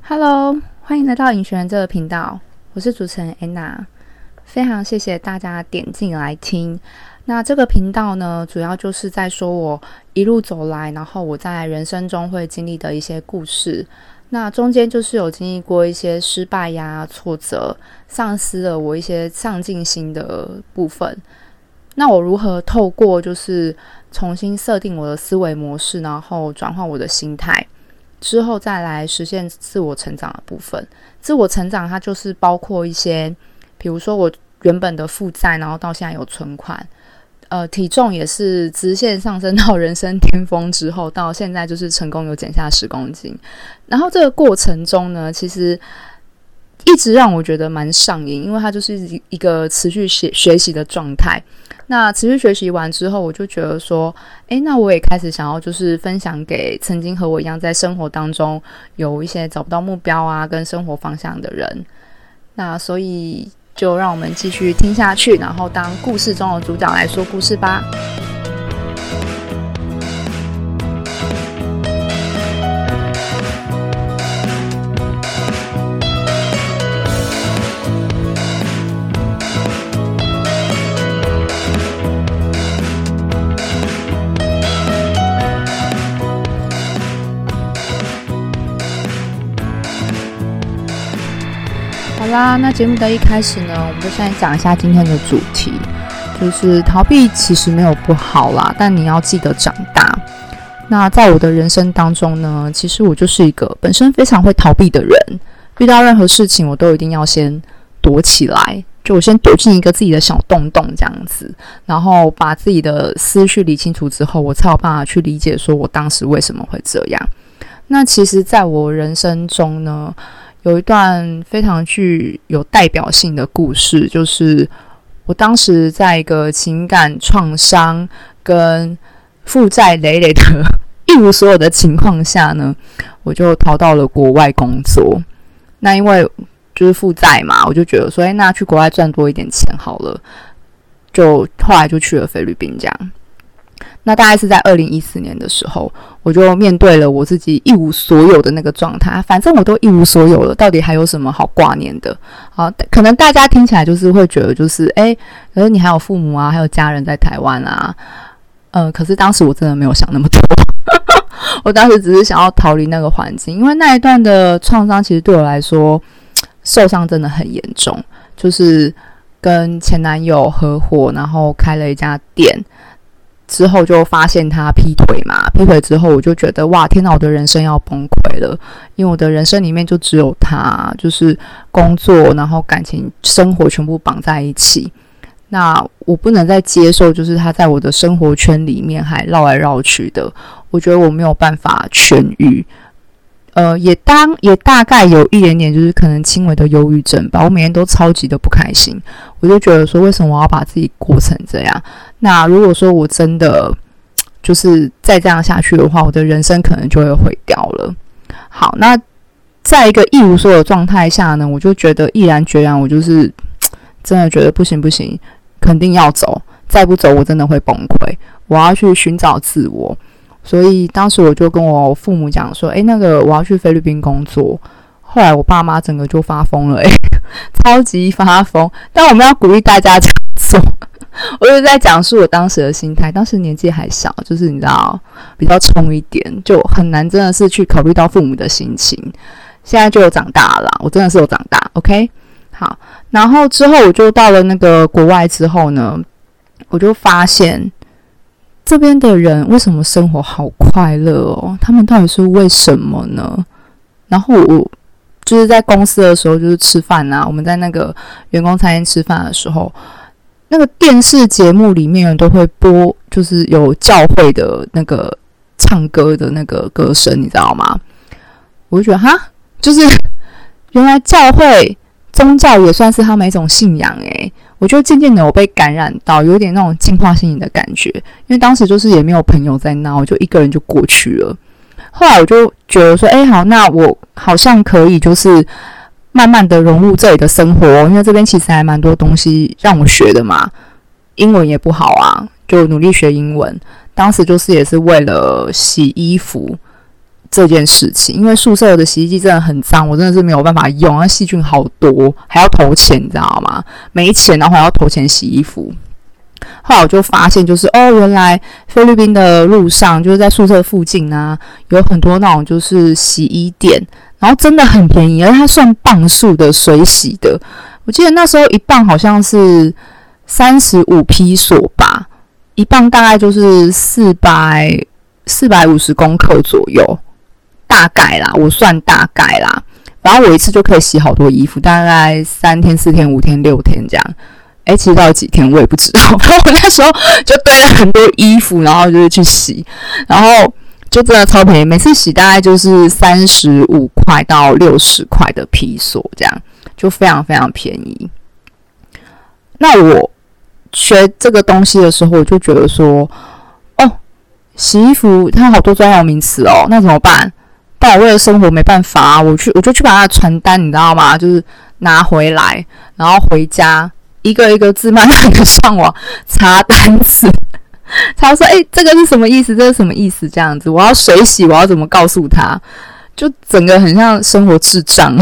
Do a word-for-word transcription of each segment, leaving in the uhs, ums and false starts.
Hello， 欢迎来到影学人这个频道，我是主持人 Anna， 非常谢谢大家点进来听。那这个频道呢，主要就是在说我一路走来，然后我在人生中会经历的一些故事。那中间就是有经历过一些失败呀、挫折，丧失了我一些上进心的部分。那我如何透过就是重新设定我的思维模式，然后转换我的心态，之后再来实现自我成长的部分。自我成长它就是包括一些，比如说我原本的负债，然后到现在有存款，呃，体重也是直线上升到人生巅峰之后，到现在就是成功有减下十公斤。然后这个过程中呢，其实一直让我觉得蛮上瘾，因为它就是一个持续学学习的状态。那持续学习完之后，我就觉得说，诶，那我也开始想要就是分享给曾经和我一样在生活当中有一些找不到目标啊跟生活方向的人。那所以就让我们继续听下去，然后当故事中的主角来说故事吧。好啦，那节目的一开始呢，我们就先来讲一下今天的主题，就是逃避其实没有不好啦，但你要记得长大。那在我的人生当中呢，其实我就是一个本身非常会逃避的人，遇到任何事情我都一定要先躲起来，就我先躲进一个自己的小洞洞这样子，然后把自己的思绪理清楚之后，我才有办法去理解说我当时为什么会这样。那其实在我人生中呢，有一段非常具有代表性的故事，就是我当时在一个情感创伤跟负债累累的一无所有的情况下呢，我就逃到了国外工作。那因为就是负债嘛，我就觉得说，哎，那去国外赚多一点钱好了，就后来就去了菲律宾这样。那大概是在二零一四年的时候，我就面对了我自己一无所有的那个状态，反正我都一无所有了，到底还有什么好挂念的？好，可能大家听起来就是会觉得就是诶，可是你还有父母啊，还有家人在台湾啊，呃，可是当时我真的没有想那么多我当时只是想要逃离那个环境，因为那一段的创伤其实对我来说受伤真的很严重，就是跟前男友合伙，然后开了一家店之后就发现他劈腿嘛，劈腿之后我就觉得哇，天哪，我的人生要崩溃了，因为我的人生里面就只有他，就是工作然后感情生活全部绑在一起，那我不能再接受就是他在我的生活圈里面还绕来绕去的，我觉得我没有办法痊愈。呃，也当也大概有一点点就是可能轻微的忧郁症吧，我每天都超级的不开心，我就觉得说为什么我要把自己过成这样？那如果说我真的就是再这样下去的话，我的人生可能就会毁掉了。好，那在一个一无所有的状态下呢，我就觉得毅然决然，我就是真的觉得不行不行，肯定要走，再不走我真的会崩溃，我要去寻找自我。所以当时我就跟我父母讲说，诶，那个我要去菲律宾工作。后来我爸妈整个就发疯了，诶，超级发疯。但我们要鼓励大家这样做。我就在讲述我当时的心态，当时年纪还小，就是你知道比较冲一点，就很难真的是去考虑到父母的心情。现在就有长大了啦，我真的是有长大 OK。 好，然后之后我就到了那个国外之后呢，我就发现这边的人为什么生活好快乐哦？他们到底是为什么呢？然后我就是在公司的时候，就是吃饭啊，我们在那个员工餐厅吃饭的时候，那个电视节目里面都会播，就是有教会的那个唱歌的那个歌声，你知道吗？我就觉得哈，就是原来教会宗教也算是他们一种信仰诶。我就渐渐的有被感染到，有点那种净化心灵的感觉，因为当时就是也没有朋友在那，我就一个人就过去了。后来我就觉得说，哎，好，那我好像可以就是慢慢的融入这里的生活，因为这边其实还蛮多东西让我学的嘛，英文也不好啊，就努力学英文。当时就是也是为了洗衣服， 这件事情，因为宿舍的洗衣机真的很脏，我真的是没有办法用，那细菌好多，还要投钱，你知道吗？没钱然后还要投钱洗衣服。后来我就发现，就是哦，原来菲律宾的路上，就是在宿舍附近啊，有很多那种就是洗衣店，然后真的很便宜，而且它算磅数的水洗的。我记得那时候一磅好像是三十五披索吧，一磅大概就是四百四百五十公克左右，大概啦，我算大概啦。然后我一次就可以洗好多衣服，大概三天、四天、五天、六天这样。哎，其实到底几天我也不知道。然后我那时候就堆了很多衣服，然后就是去洗，然后就真的超便宜，每次洗大概就是三十五块到六十块的披索，这样就非常非常便宜。那我学这个东西的时候，我就觉得说，哦，洗衣服它好多专有名词哦，那怎么办？但我为了生活没办法啊，我去我就去把它的传单，你知道吗？就是拿回来，然后回家。一个一个字慢慢的上网查单词，查说，哎、欸，这个是什么意思？这是什么意思？这样子，我要水洗，我要怎么告诉他？就整个很像生活智障，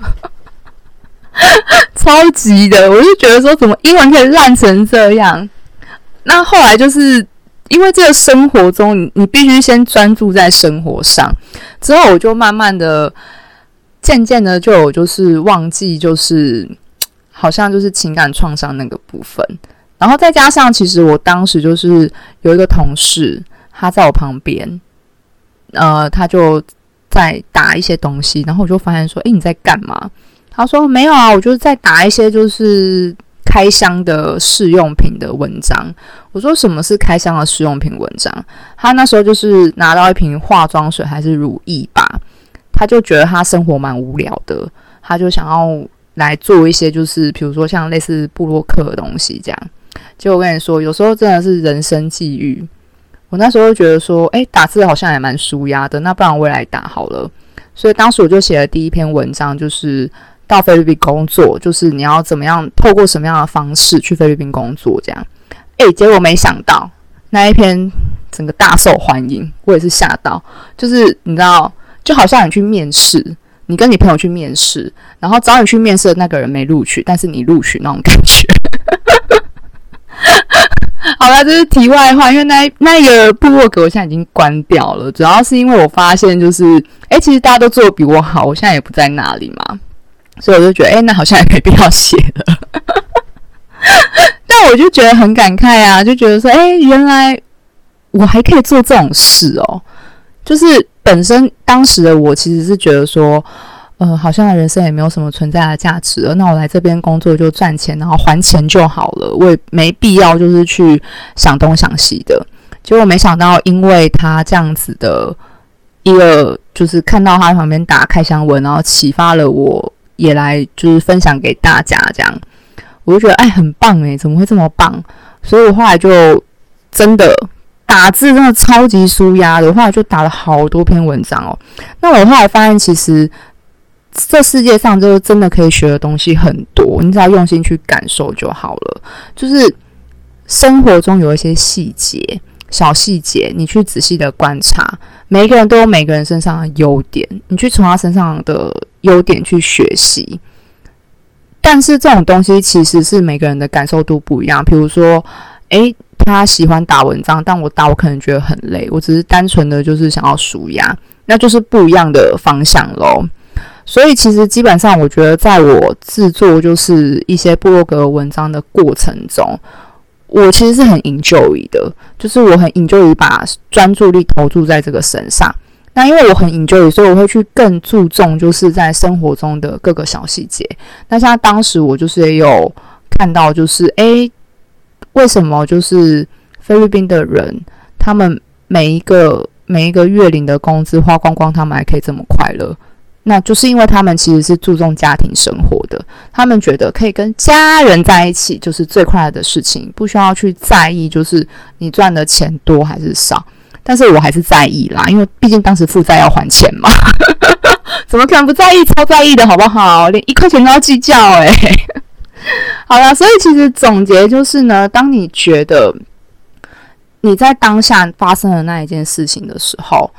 超级的，我就觉得说，怎么英文可以烂成这样？那后来就是因为这个生活中，你你必须先专注在生活上，之后我就慢慢的、渐渐的就有就是忘记就是。好像就是情感创伤那个部分，然后再加上其实我当时就是有一个同事，他在我旁边，呃，他就在打一些东西，然后我就发现说，诶，你在干嘛？他说没有啊，我就是在打一些就是开箱的试用品的文章。我说什么是开箱的试用品文章？他那时候就是拿到一瓶化妆水还是乳液吧，他就觉得他生活蛮无聊的，他就想要来做一些就是比如说像类似部落客的东西这样。结果我跟你说，有时候真的是人生际遇。我那时候就觉得说，诶，打字好像也蛮舒压的，那不然我也来打好了。所以当时我就写了第一篇文章，就是到菲律宾工作，就是你要怎么样透过什么样的方式去菲律宾工作这样。诶，结果没想到那一篇整个大受欢迎，我也是吓到。就是你知道，就好像你去面试，你跟你朋友去面试，然后找你去面试的那个人没录取，但是你录取那种感觉。好啦，这是题外话，因为那那个部落格我现在已经关掉了，主要是因为我发现就是，诶，其实大家都做得比我好，我现在也不在那里嘛，所以我就觉得，诶，那好像也没必要写了。但我就觉得很感慨啊，就觉得说，诶，原来我还可以做这种事哦。就是本身当时的我其实是觉得说，呃，好像人生也没有什么存在的价值了，那我来这边工作就赚钱，然后还钱就好了，我也没必要就是去想东想西的。结果没想到，因为他这样子的一个，就是看到他旁边打开箱文，然后启发了我，也来就是分享给大家，这样我就觉得哎，很棒诶，怎么会这么棒？所以我后来就真的打字真的超级舒压的，我后来就打了好多篇文章哦。那我后来发现，其实这世界上就真的可以学的东西很多，你只要用心去感受就好了。就是生活中有一些细节、小细节，你去仔细的观察，每一个人都有每个人身上的优点，你去从他身上的优点去学习。但是这种东西其实是每个人的感受度不一样，比如说，诶，他喜欢打文章，但我打我可能觉得很累，我只是单纯的就是想要抒压，那就是不一样的方向咯。所以其实基本上我觉得在我制作就是一些部落格文章的过程中，我其实是很 enjoy 的，就是我很 enjoy 把专注力投注在这个身上。那因为我很 enjoy， 所以我会去更注重就是在生活中的各个小细节。那像当时我就是也有看到就是诶，为什么就是菲律宾的人他们每一个每一个月领的工资花光光，他们还可以这么快乐？那就是因为他们其实是注重家庭生活的，他们觉得可以跟家人在一起就是最快乐的事情，不需要去在意就是你赚的钱多还是少。但是我还是在意啦，因为毕竟当时负债要还钱嘛。怎么可能不在意？超在意的好不好？连一块钱都要计较诶、欸、好啦，所以其实总结就是呢，当你觉得你在当下发生的那一件事情的时候，你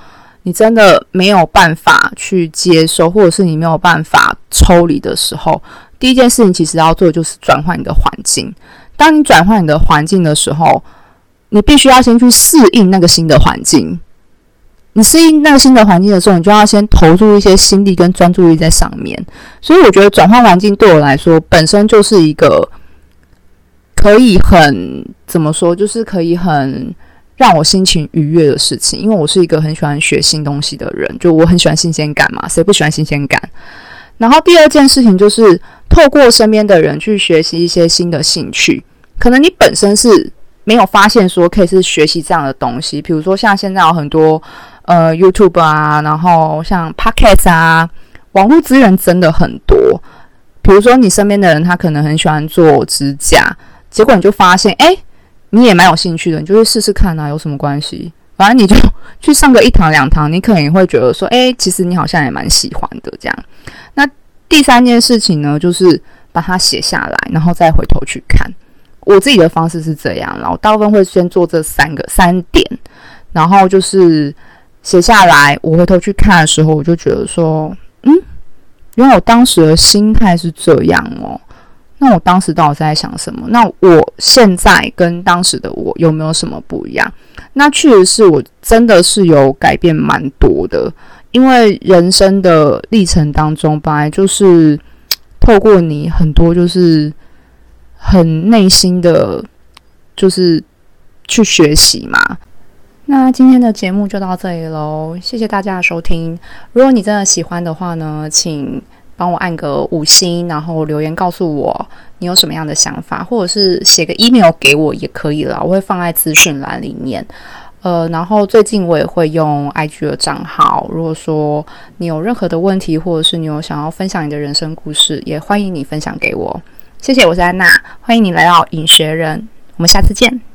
你真的没有办法去接受，或者是你没有办法抽离的时候，第一件事情其实要做的就是转换你的环境。当你转换你的环境的时候，你必须要先去适应那个新的环境。你适应那个新的环境的时候，你就要先投入一些心力跟专注力在上面。所以我觉得转换环境对我来说本身就是一个可以很怎么说，就是可以很让我心情愉悦的事情。因为我是一个很喜欢学新东西的人，就我很喜欢新鲜感嘛，谁不喜欢新鲜感？然后第二件事情就是透过身边的人去学习一些新的兴趣。可能你本身是没有发现说可以是学习这样的东西，比如说像现在有很多呃 YouTube 啊，然后像 Podcast 啊，网络资源真的很多。比如说你身边的人他可能很喜欢做指甲，结果你就发现诶你也蛮有兴趣的，你就去试试看啊，有什么关系？反正你就去上个一堂两堂，你可能也会觉得说诶其实你好像也蛮喜欢的这样。那第三件事情呢，就是把它写下来，然后再回头去看。我自己的方式是这样，然后大部分会先做这三个三点，然后就是写下来，我回头去看的时候，我就觉得说，嗯，原来我当时的心态是这样哦。那我当时到底在想什么？那我现在跟当时的我有没有什么不一样？那确实是我真的是有改变蛮多的，因为人生的历程当中，本来就是透过你很多就是很内心的，就是去学习嘛。那今天的节目就到这里咯，谢谢大家的收听。如果你真的喜欢的话呢，请帮我按个五星，然后留言告诉我你有什么样的想法，或者是写个 email 给我也可以啦，我会放在资讯栏里面。呃，然后最近我也会用 I G 的账号，如果说你有任何的问题，或者是你有想要分享你的人生故事，也欢迎你分享给我。谢谢，我是安娜，欢迎你来到瘾学人，我们下次见。